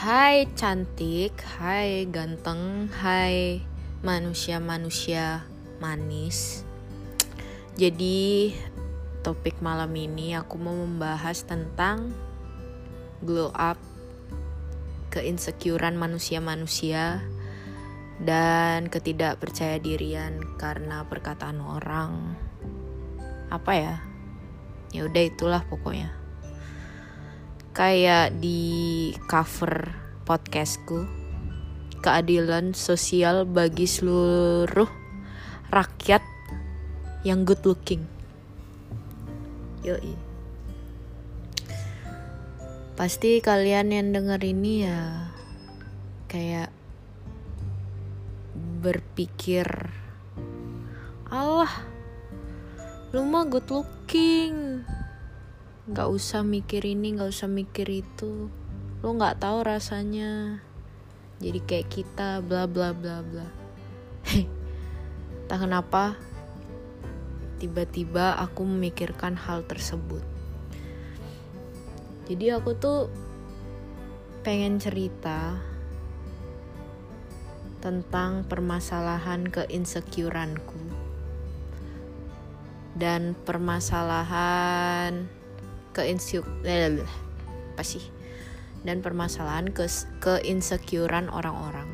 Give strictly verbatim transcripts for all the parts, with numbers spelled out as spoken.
Hai cantik, hai ganteng, hai manusia-manusia manis. Jadi topik malam ini aku mau membahas tentang glow up, keinsecurean manusia-manusia, dan ketidakpercaya dirian karena perkataan orang. Apa ya? Ya udah itulah pokoknya. Kayak di cover podcastku, keadilan sosial bagi seluruh rakyat yang good looking. Yoi. Pasti kalian yang denger ini ya kayak berpikir, alah, lu mah good looking, gak usah mikir ini, gak usah mikir itu, lo gak tahu rasanya jadi kayak kita, bla bla bla bla. Tak kenapa tiba-tiba aku memikirkan hal tersebut. Jadi aku tuh pengen cerita tentang permasalahan keinsecureanku dan permasalahan keinsecure apa sih dan permasalahan ke keinsecurean orang-orang.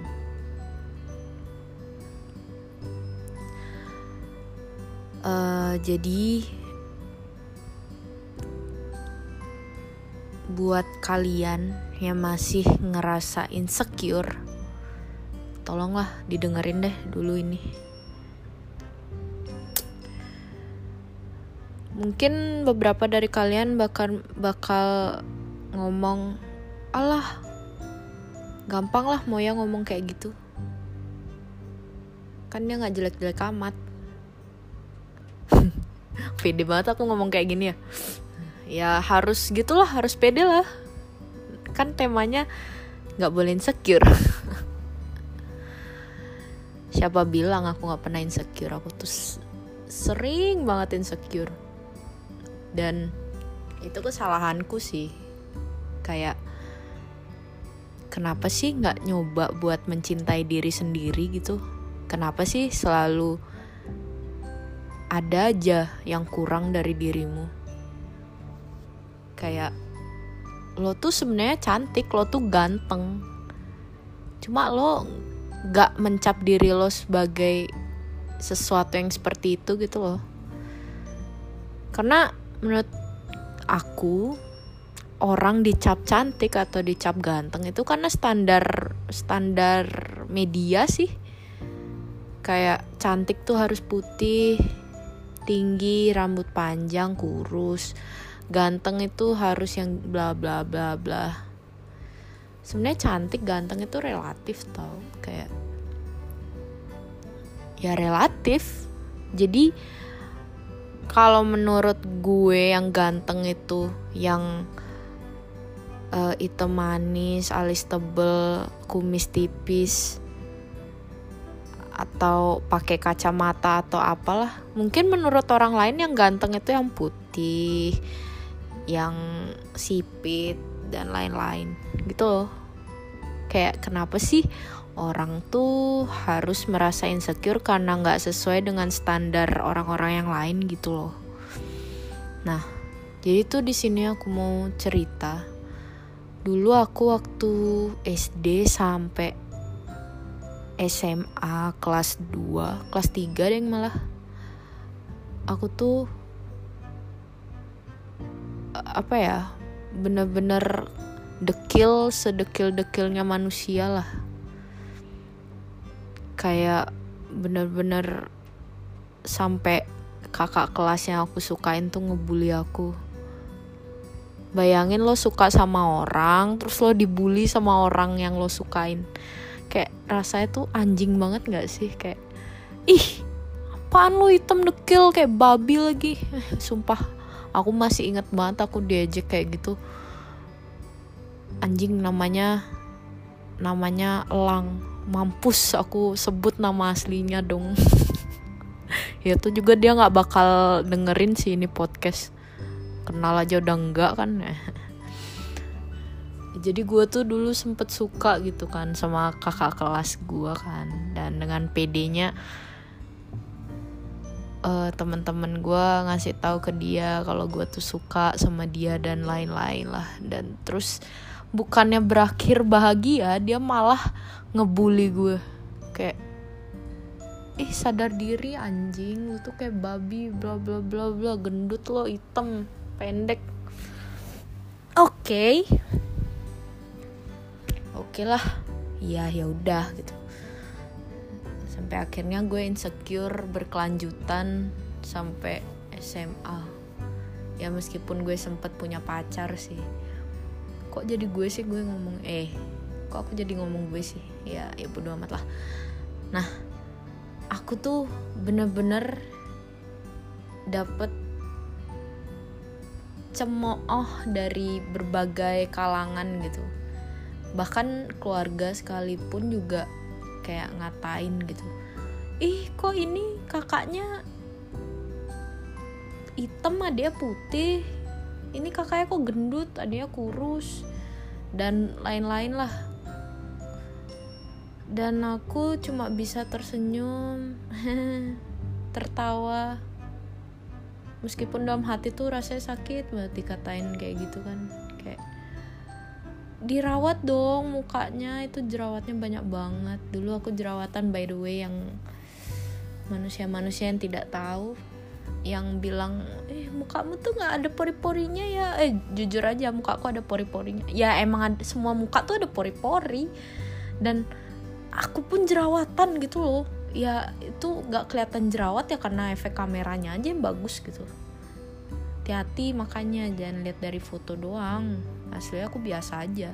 Uh, jadi buat kalian yang masih ngerasa insecure, tolonglah didengerin deh dulu ini. Mungkin beberapa dari kalian bakal bakal ngomong, alah, gampang lah Moya ngomong kayak gitu, kan dia nggak jelek-jelek amat. Pede banget aku ngomong kayak gini ya. Ya harus gitulah, harus pede lah. Kan temanya nggak boleh insecure. Siapa bilang aku nggak pernah insecure? Aku tuh sering banget insecure. Dan itu kesalahanku sih. Kayak kenapa sih gak nyoba buat mencintai diri sendiri gitu? Kenapa sih selalu ada aja yang kurang dari dirimu? Kayak lo tuh sebenarnya cantik, lo tuh ganteng, cuma lo gak mencap diri lo sebagai sesuatu yang seperti itu gitu loh. Karena menurut aku, orang dicap cantik atau dicap ganteng itu karena standar standar media sih. Kayak cantik tuh harus putih, tinggi, rambut panjang, kurus. Ganteng itu harus yang bla bla bla bla. Sebenarnya cantik ganteng itu relatif tau, kayak ya relatif. Jadi kalau menurut gue yang ganteng itu yang uh, hitam manis, alis tebel, kumis tipis, atau pakai kacamata atau apalah. Mungkin menurut orang lain yang ganteng itu yang putih, yang sipit dan lain-lain gitu loh. Kayak kenapa sih orang tuh harus merasa insecure karena gak sesuai dengan standar orang-orang yang lain gitu loh. Nah, jadi tuh di sini aku mau cerita. Dulu aku waktu S D sampai S M A kelas dua, kelas tiga deh malah. Aku tuh apa ya? Bener-bener dekil, sedekil-dekilnya manusia lah. Kayak bener-bener sampai kakak kelas yang aku sukain tuh ngebully aku. Bayangin lo suka sama orang, terus lo dibully sama orang yang lo sukain. Kayak rasanya tuh anjing banget gak sih? Kayak, ih, apaan lo hitam dekil kayak babi lagi. Sumpah, aku masih inget banget aku diejek kayak gitu. Anjing namanya Namanya Elang. Mampus aku sebut nama aslinya dong. Ya tuh juga dia gak bakal dengerin sih ini podcast. Kenal aja udah enggak kan. Jadi gue tuh dulu sempet suka gitu kan sama kakak kelas gue kan, dan dengan pedenya uh, teman-teman gue ngasih tahu ke dia kalau gue tuh suka sama dia dan lain-lain lah. Dan terus bukannya berakhir bahagia, dia malah ngebully gue kayak, ih sadar diri anjing, lu tuh kayak babi, bla bla bla bla, gendut lo, hitam, pendek. Oke, okay. oke okay lah, ya ya udah gitu. Sampai akhirnya gue insecure berkelanjutan sampai S M A. Ya meskipun gue sempet punya pacar sih. Kok jadi gue sih gue ngomong eh, kok aku jadi ngomong gue sih? Ya ya bodo amat lah. Nah, aku tuh bener-bener dapet cemooh dari berbagai kalangan gitu. Bahkan keluarga sekalipun juga kayak ngatain gitu, ih kok ini kakaknya hitam adiknya putih, ini kakaknya kok gendut adiknya kurus, dan lain-lain lah. Dan aku cuma bisa tersenyum tertawa, meskipun dalam hati tuh rasanya sakit banget dikatain kayak gitu kan. Kayak dirawat dong mukanya, itu jerawatnya banyak banget. Dulu aku jerawatan by the way, yang manusia-manusia yang tidak tahu yang bilang, eh mukamu tuh gak ada pori-porinya ya. Eh jujur aja mukaku ada pori-porinya. Ya emang ada, semua muka tuh ada pori-pori. Dan aku pun jerawatan gitu loh. Ya itu gak kelihatan jerawat ya karena efek kameranya aja yang bagus gitu. Hati-hati makanya, jangan lihat dari foto doang, aslinya aku biasa aja.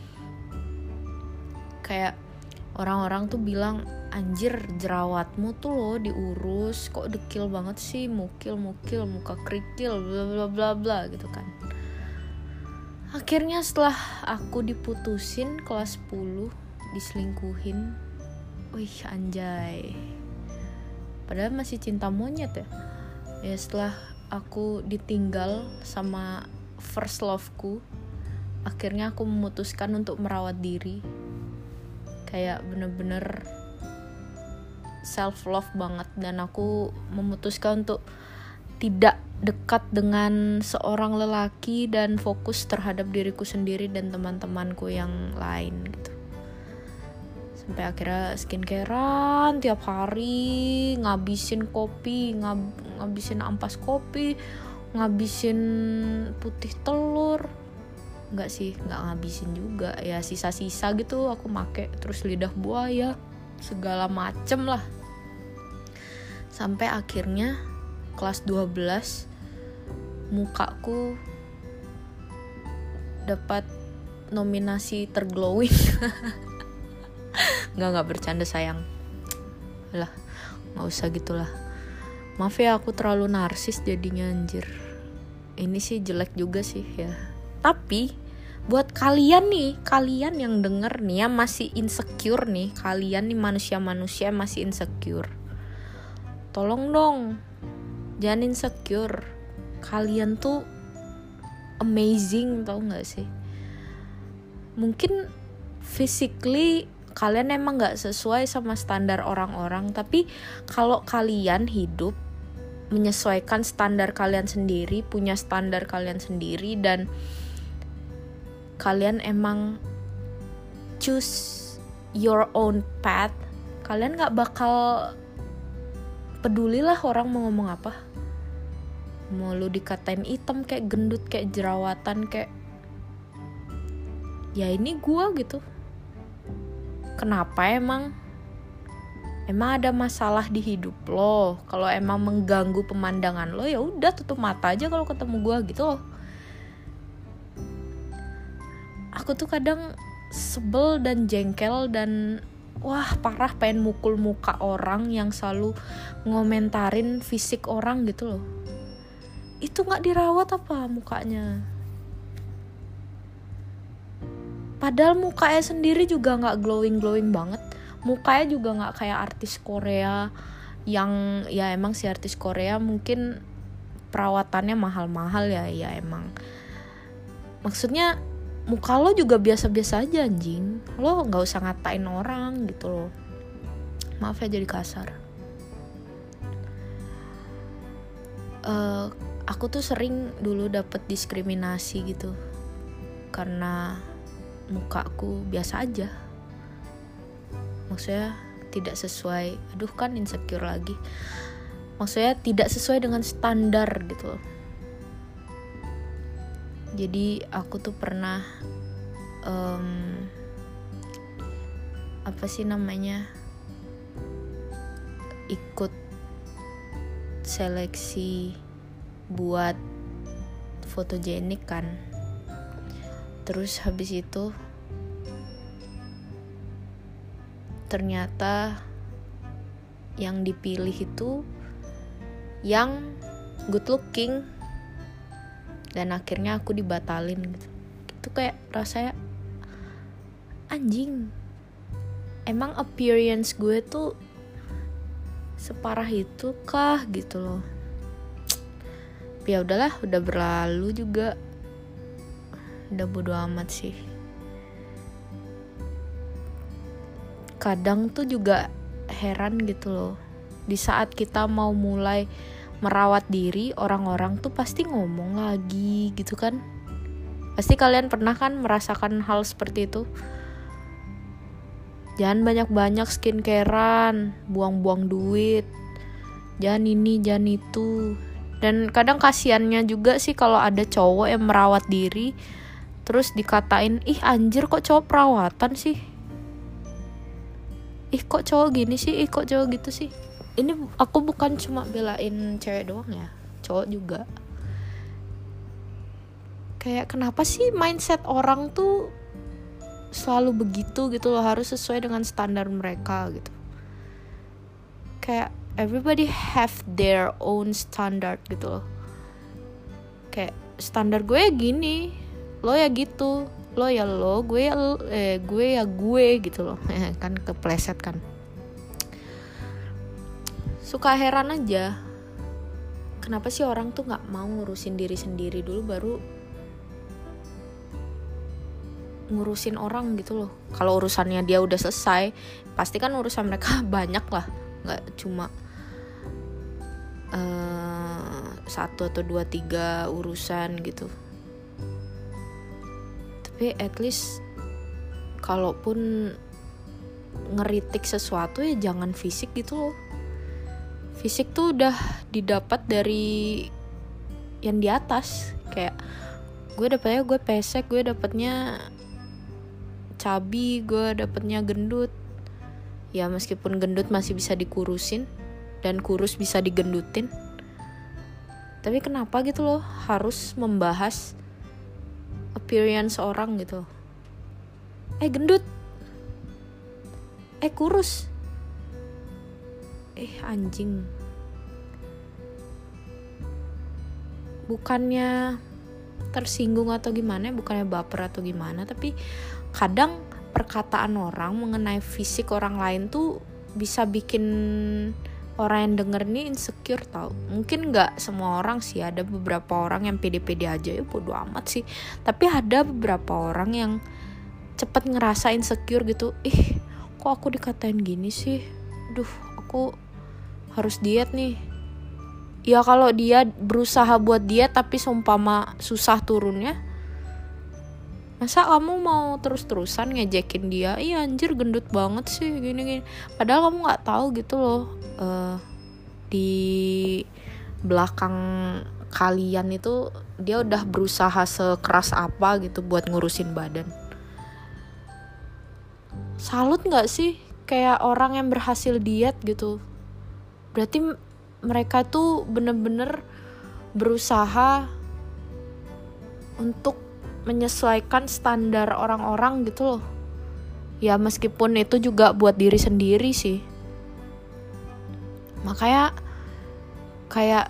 Kayak orang-orang tuh bilang, anjir jerawatmu tuh loh diurus, kok dekil banget sih, mukil-mukil, muka kerikil, bla bla bla bla gitu kan. Akhirnya setelah aku diputusin kelas sepuluh, diselingkuhin, wih anjay, padahal masih cinta monyet ya. Ya setelah aku ditinggal sama first love-ku, akhirnya aku memutuskan untuk merawat diri. Kayak bener-bener self love banget. Dan aku memutuskan untuk tidak dekat dengan seorang lelaki dan fokus terhadap diriku sendiri dan teman-temanku yang lain gitu. Sampai akhirnya skincarean tiap hari, ngabisin kopi, ngab- ngabisin ampas kopi, ngabisin putih telur. Enggak sih, enggak ngabisin juga. Ya sisa-sisa gitu aku make. Terus lidah buaya, segala macem lah. Sampai akhirnya kelas dua belas mukaku dapat nominasi terglowing. Nggak nggak bercanda sayang, lah nggak usah gitulah. Maaf ya aku terlalu narsis jadinya anjir. Ini sih jelek juga sih ya. Tapi buat kalian nih, kalian yang denger nih ya masih insecure nih, kalian nih manusia-manusia masih insecure, tolong dong jangan insecure. Kalian tuh amazing, tau nggak sih? Mungkin physically kalian emang gak sesuai sama standar orang-orang, tapi kalau kalian hidup menyesuaikan standar kalian sendiri, punya standar kalian sendiri, dan kalian emang choose your own path, kalian gak bakal peduli lah orang mau ngomong apa. Mau lu dikatain hitam kayak gendut kayak jerawatan kayak, ya ini gua gitu. Kenapa emang? Emang ada masalah di hidup lo? Kalau emang mengganggu pemandangan lo, ya udah tutup mata aja kalau ketemu gue gitu loh. Aku tuh kadang sebel dan jengkel dan wah parah pengen mukul muka orang yang selalu ngomentarin fisik orang gitu loh. Itu nggak dirawat apa mukanya? Padahal mukanya sendiri juga gak glowing-glowing banget. Mukanya juga gak kayak artis Korea yang ya emang si artis Korea mungkin perawatannya mahal-mahal ya. Ya emang maksudnya muka lo juga biasa-biasa aja anjing, lo nggak usah ngatain orang gitu loh. Maaf ya jadi kasar. Uh, aku tuh sering dulu dapet diskriminasi gitu karena mukaku biasa aja, maksudnya tidak sesuai, aduh kan insecure lagi, maksudnya tidak sesuai dengan standar gitu loh. Jadi aku tuh pernah um, apa sih namanya, ikut seleksi buat fotogenik kan. Terus habis itu ternyata yang dipilih itu yang good looking, dan akhirnya aku dibatalin gitu. Itu kayak rasanya anjing, emang appearance gue tuh separah itu kah gitu loh. Ya udahlah, udah berlalu juga, udah bodo amat sih. Kadang tuh juga heran gitu loh, di saat kita mau mulai merawat diri, orang-orang tuh pasti ngomong lagi gitu kan. Pasti kalian pernah kan merasakan hal seperti itu. Jangan banyak-banyak skincarean, buang-buang duit, jangan ini, jangan itu. Dan kadang kasiannya juga sih kalau ada cowok yang merawat diri terus dikatain, ih anjir kok cowok perawatan sih, ih kok cowok gini sih, ih kok cowok gitu sih. Ini aku bukan cuma belain cewek doang ya, cowok juga. Kayak kenapa sih mindset orang tuh selalu begitu gitu loh, harus sesuai dengan standar mereka gitu. Kayak everybody have their own standard gitu loh. Kayak standar gue ya gini, lo ya gitu, lo ya lo, gue ya lo, eh gue ya gue gitu loh. Kan kepleset kan. Suka heran aja, kenapa sih orang tuh nggak mau ngurusin diri sendiri dulu baru ngurusin orang gitu loh. Kalau urusannya dia udah selesai, pasti kan urusan mereka banyak lah, nggak cuma uh, satu atau dua tiga urusan gitu. Tapi at least kalaupun ngeritik sesuatu ya jangan fisik gitu loh. Fisik tuh udah didapat dari yang di atas. Kayak gue dapetnya gue pesek, gue dapetnya cabi, gue dapetnya gendut. Ya meskipun gendut masih bisa dikurusin dan kurus bisa digendutin, tapi kenapa gitu loh harus membahas appearance orang gitu. Eh gendut, eh kurus, eh anjing. Bukannya tersinggung atau gimana, bukannya baper atau gimana, tapi kadang perkataan orang mengenai fisik orang lain tuh bisa bikin orang yang denger nih insecure tau. Mungkin gak semua orang sih, ada beberapa orang yang pede-pede aja ya bodo amat sih. Tapi ada beberapa orang yang cepet ngerasa insecure gitu. Ih kok aku dikatain gini sih, duh aku harus diet nih. Ya kalau dia berusaha buat diet tapi seumpama susah turunnya, masa kamu mau terus-terusan ngejekin dia, iya anjir gendut banget sih gini-gini. Padahal kamu gak tahu gitu loh, uh, di belakang kalian itu dia udah berusaha sekeras apa gitu buat ngurusin badan. Salut gak sih kayak orang yang berhasil diet gitu. Berarti mereka tuh bener-bener berusaha untuk menyesuaikan standar orang-orang gitu loh. Ya meskipun itu juga buat diri sendiri sih. Makanya kayak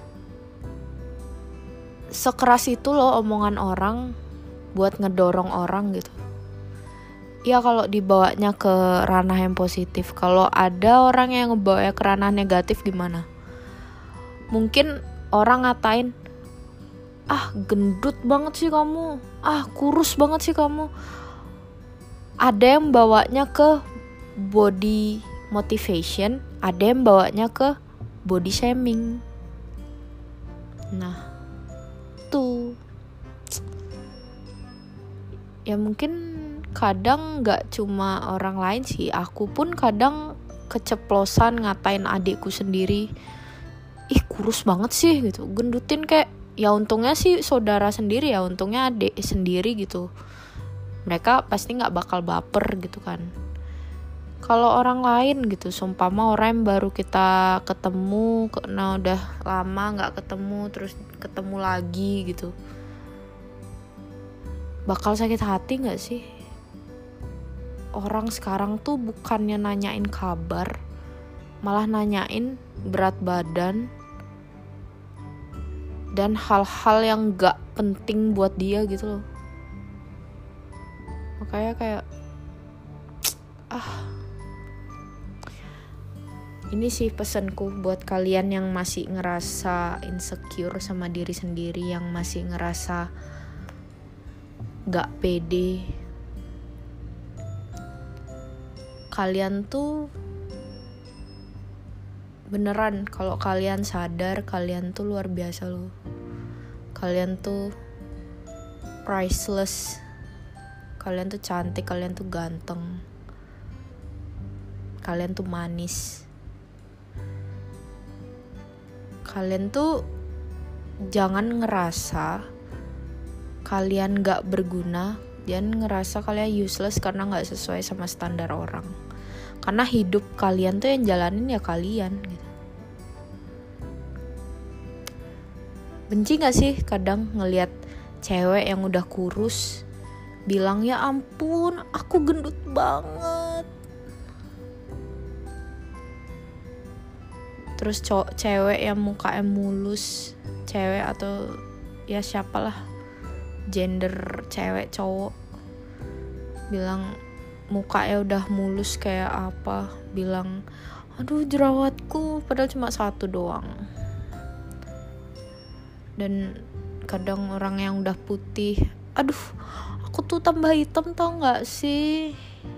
sekeras itu loh omongan orang buat ngedorong orang gitu. Ya kalau dibawanya ke ranah yang positif. Kalau ada orang yang ngebawanya ke ranah negatif gimana? Mungkin orang ngatain, ah gendut banget sih kamu, ah kurus banget sih kamu. Ada yang bawanya ke body motivation, ada yang bawanya ke body shaming. Nah tuh ya mungkin kadang gak cuma orang lain sih, aku pun kadang keceplosan ngatain adikku sendiri, ih kurus banget sih gitu, gendutin. Kayak ya untungnya sih saudara sendiri, ya untungnya adik sendiri gitu, mereka pasti gak bakal baper gitu kan. Kalau orang lain gitu, seumpama orang yang baru kita ketemu, nah udah lama gak ketemu, terus ketemu lagi gitu, bakal sakit hati gak sih? Orang sekarang tuh bukannya nanyain kabar, malah nanyain berat badan dan hal-hal yang gak penting buat dia gitu loh. Makanya kayak ah ini sih pesanku buat kalian yang masih ngerasa insecure sama diri sendiri, yang masih ngerasa gak pede. Kalian tuh beneran, kalau kalian sadar, kalian tuh luar biasa loh. Kalian tuh priceless. Kalian tuh cantik, kalian tuh ganteng, kalian tuh manis. Kalian tuh jangan ngerasa kalian gak berguna, jangan ngerasa kalian useless karena gak sesuai sama standar orang. Karena hidup kalian tuh yang jalanin ya kalian gitu. Benci gak sih kadang ngelihat cewek yang udah kurus bilang, ya ampun aku gendut banget. Terus cowok cewek yang mukanya mulus, cewek atau ya siapalah, gender cewek cowok, bilang mukanya udah mulus kayak apa, bilang aduh jerawatku, padahal cuma satu doang. Dan kadang orang yang udah putih, aduh aku tuh tambah hitam tau gak sih,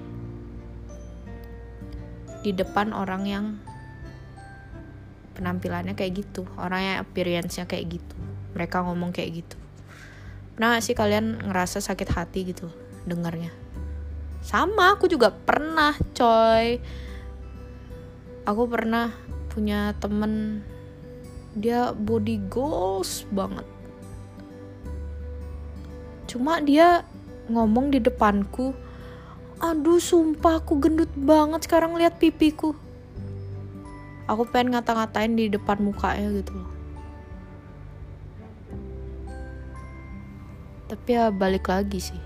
di depan orang yang penampilannya kayak gitu, orang yang appearance-nya kayak gitu, mereka ngomong kayak gitu. Pernah gak sih kalian ngerasa sakit hati gitu dengarnya? Sama, aku juga pernah coy. Aku pernah punya temen, dia body goals banget, cuma dia ngomong di depanku, aduh sumpah aku gendut banget sekarang, lihat pipiku. Aku pengen ngata-ngatain di depan mukanya gitu loh. Tapi ya balik lagi sih,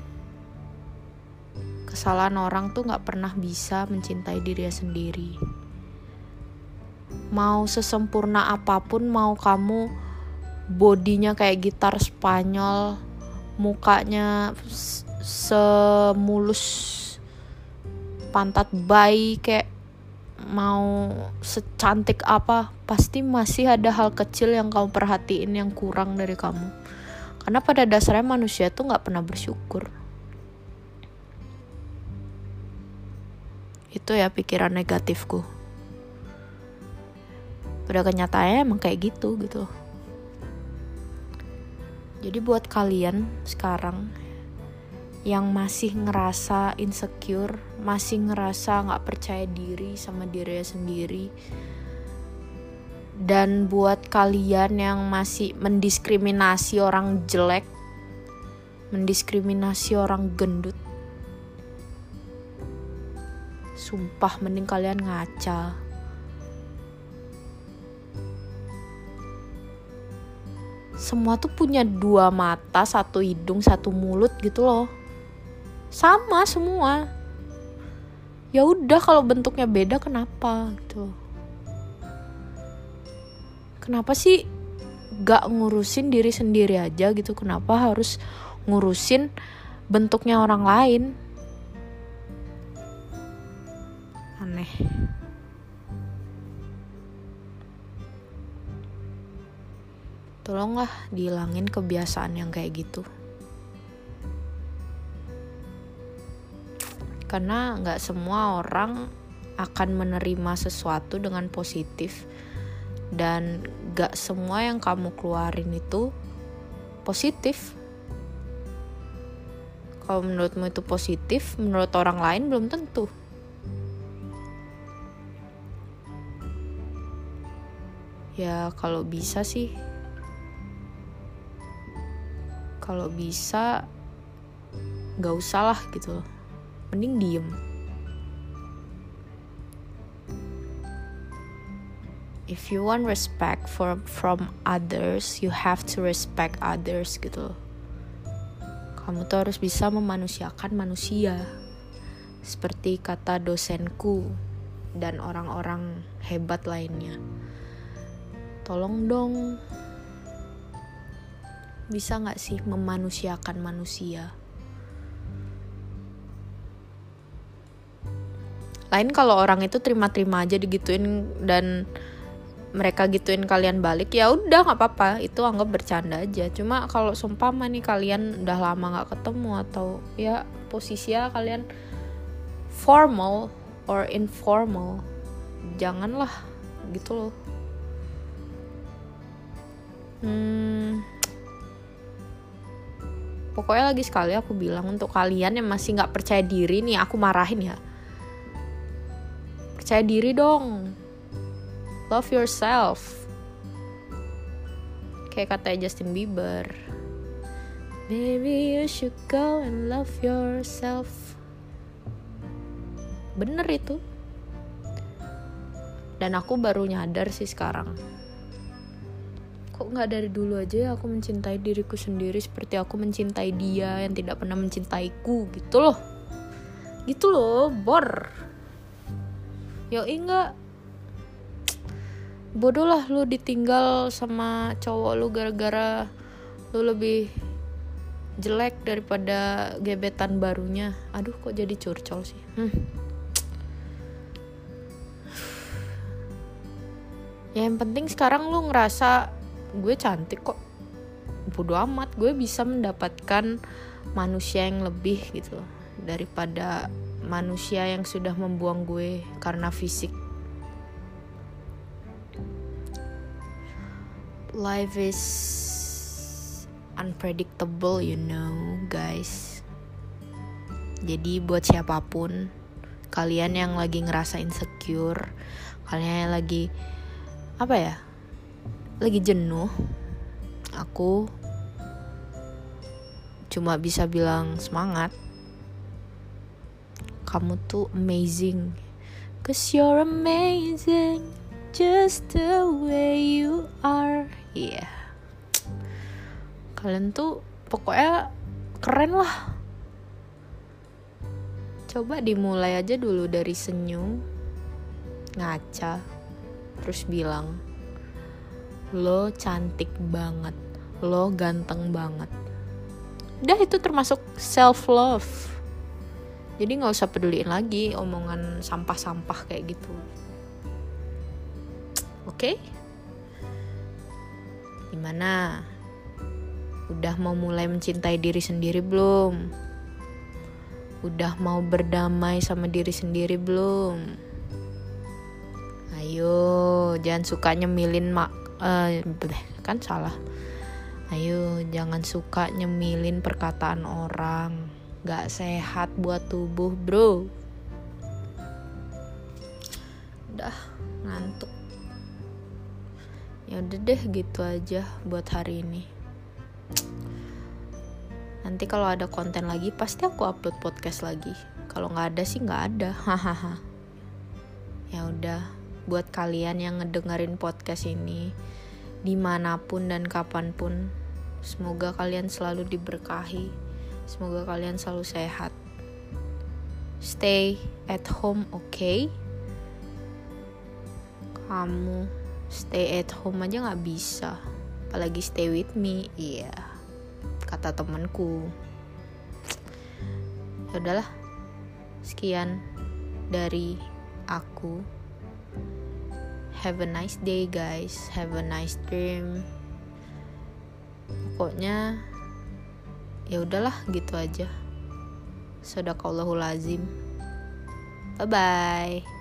kesalahan orang tuh gak pernah bisa mencintai dirinya sendiri. Mau sesempurna apapun, mau kamu bodinya kayak gitar Spanyol, mukanya semulus pantat bayi, kayak mau secantik apa, pasti masih ada hal kecil yang kamu perhatiin yang kurang dari kamu. Karena pada dasarnya manusia tuh gak pernah bersyukur. Itu ya pikiran negatifku. Pada kenyataannya emang kayak gitu gitu. Jadi buat kalian sekarang yang masih ngerasa insecure, masih ngerasa gak percaya diri sama dirinya sendiri, dan buat kalian yang masih mendiskriminasi orang jelek, mendiskriminasi orang gendut, sumpah mending kalian ngaca. Semua tuh punya dua mata, satu hidung, satu mulut gitu loh. Sama semua. Ya udah kalau bentuknya beda kenapa gitu. Kenapa sih gak ngurusin diri sendiri aja gitu? Kenapa harus ngurusin bentuknya orang lain? Aneh. Tolonglah dihilangin kebiasaan yang kayak gitu. Karena gak semua orang akan menerima sesuatu dengan positif. Dan gak semua yang kamu keluarin itu positif. Kalau menurutmu itu positif, menurut orang lain belum tentu. Ya kalau bisa sih, kalau bisa gak usah lah gitu, mending diem. If you want respect from from others, you have to respect others gitu. Kamu tuh harus bisa memanusiakan manusia. Seperti kata dosenku dan orang-orang hebat lainnya. Tolong dong, bisa gak sih memanusiakan manusia? Lain kalau orang itu terima-terima aja digituin dan mereka gituin kalian balik, ya udah nggak apa-apa, itu anggap bercanda aja. Cuma kalau seumpama nih kalian udah lama nggak ketemu atau ya posisinya kalian formal or informal, janganlah gitu loh. Hmm, pokoknya lagi sekali aku bilang untuk kalian yang masih nggak percaya diri nih, aku marahin ya. Percaya diri dong. Love yourself. Kayak kata Justin Bieber. Maybe you should go and love yourself. Bener itu. Dan aku baru nyadar sih sekarang. Kok gak dari dulu aja ya aku mencintai diriku sendiri seperti aku mencintai dia yang tidak pernah mencintaiku gitu loh. Gitu loh, bor. Yo enggak. Bodoh lah lu ditinggal sama cowok lu gara-gara lu lebih jelek daripada gebetan barunya. Aduh kok jadi curcol sih. hmm. Ya yang penting sekarang lu ngerasa gue cantik kok. Bodoh amat, gue bisa mendapatkan manusia yang lebih gitu daripada manusia yang sudah membuang gue karena fisik. Life is unpredictable, you know, guys. Jadi buat siapapun, kalian yang lagi ngerasa insecure, kalian yang lagi apa ya, lagi jenuh, aku cuma bisa bilang semangat. Kamu tuh amazing, 'cause you're amazing, just the way you are. Iya, yeah. Kalian tuh pokoknya keren lah. Coba dimulai aja dulu dari senyum, ngaca, terus bilang, lo cantik banget, lo ganteng banget. Udah, itu termasuk self love. Jadi gak usah peduliin lagi omongan sampah-sampah kayak gitu. Oke? Okay? Gimana? Udah mau mulai mencintai diri sendiri belum? Udah mau berdamai sama diri sendiri belum? Ayo, jangan suka nyemilin mak uh, kan salah. Ayo, jangan suka nyemilin perkataan orang. Gak sehat buat tubuh, bro. Udah ngantuk. Ya udah deh, gitu aja buat hari ini. Nanti kalau ada konten lagi pasti aku upload podcast lagi. Kalau nggak ada sih nggak ada. Hahaha. Ya udah, buat kalian yang ngedengerin podcast ini dimanapun dan kapanpun, semoga kalian selalu diberkahi. Semoga kalian selalu sehat. Stay at home, oke? Okay? Kamu stay at home aja gak bisa, apalagi stay with me. Iya, yeah. Kata temanku. Ya udahlah, sekian dari aku. Have a nice day guys, have a nice dream. pokoknya ya udahlah gitu aja. Shadaqallahul azim. Bye bye.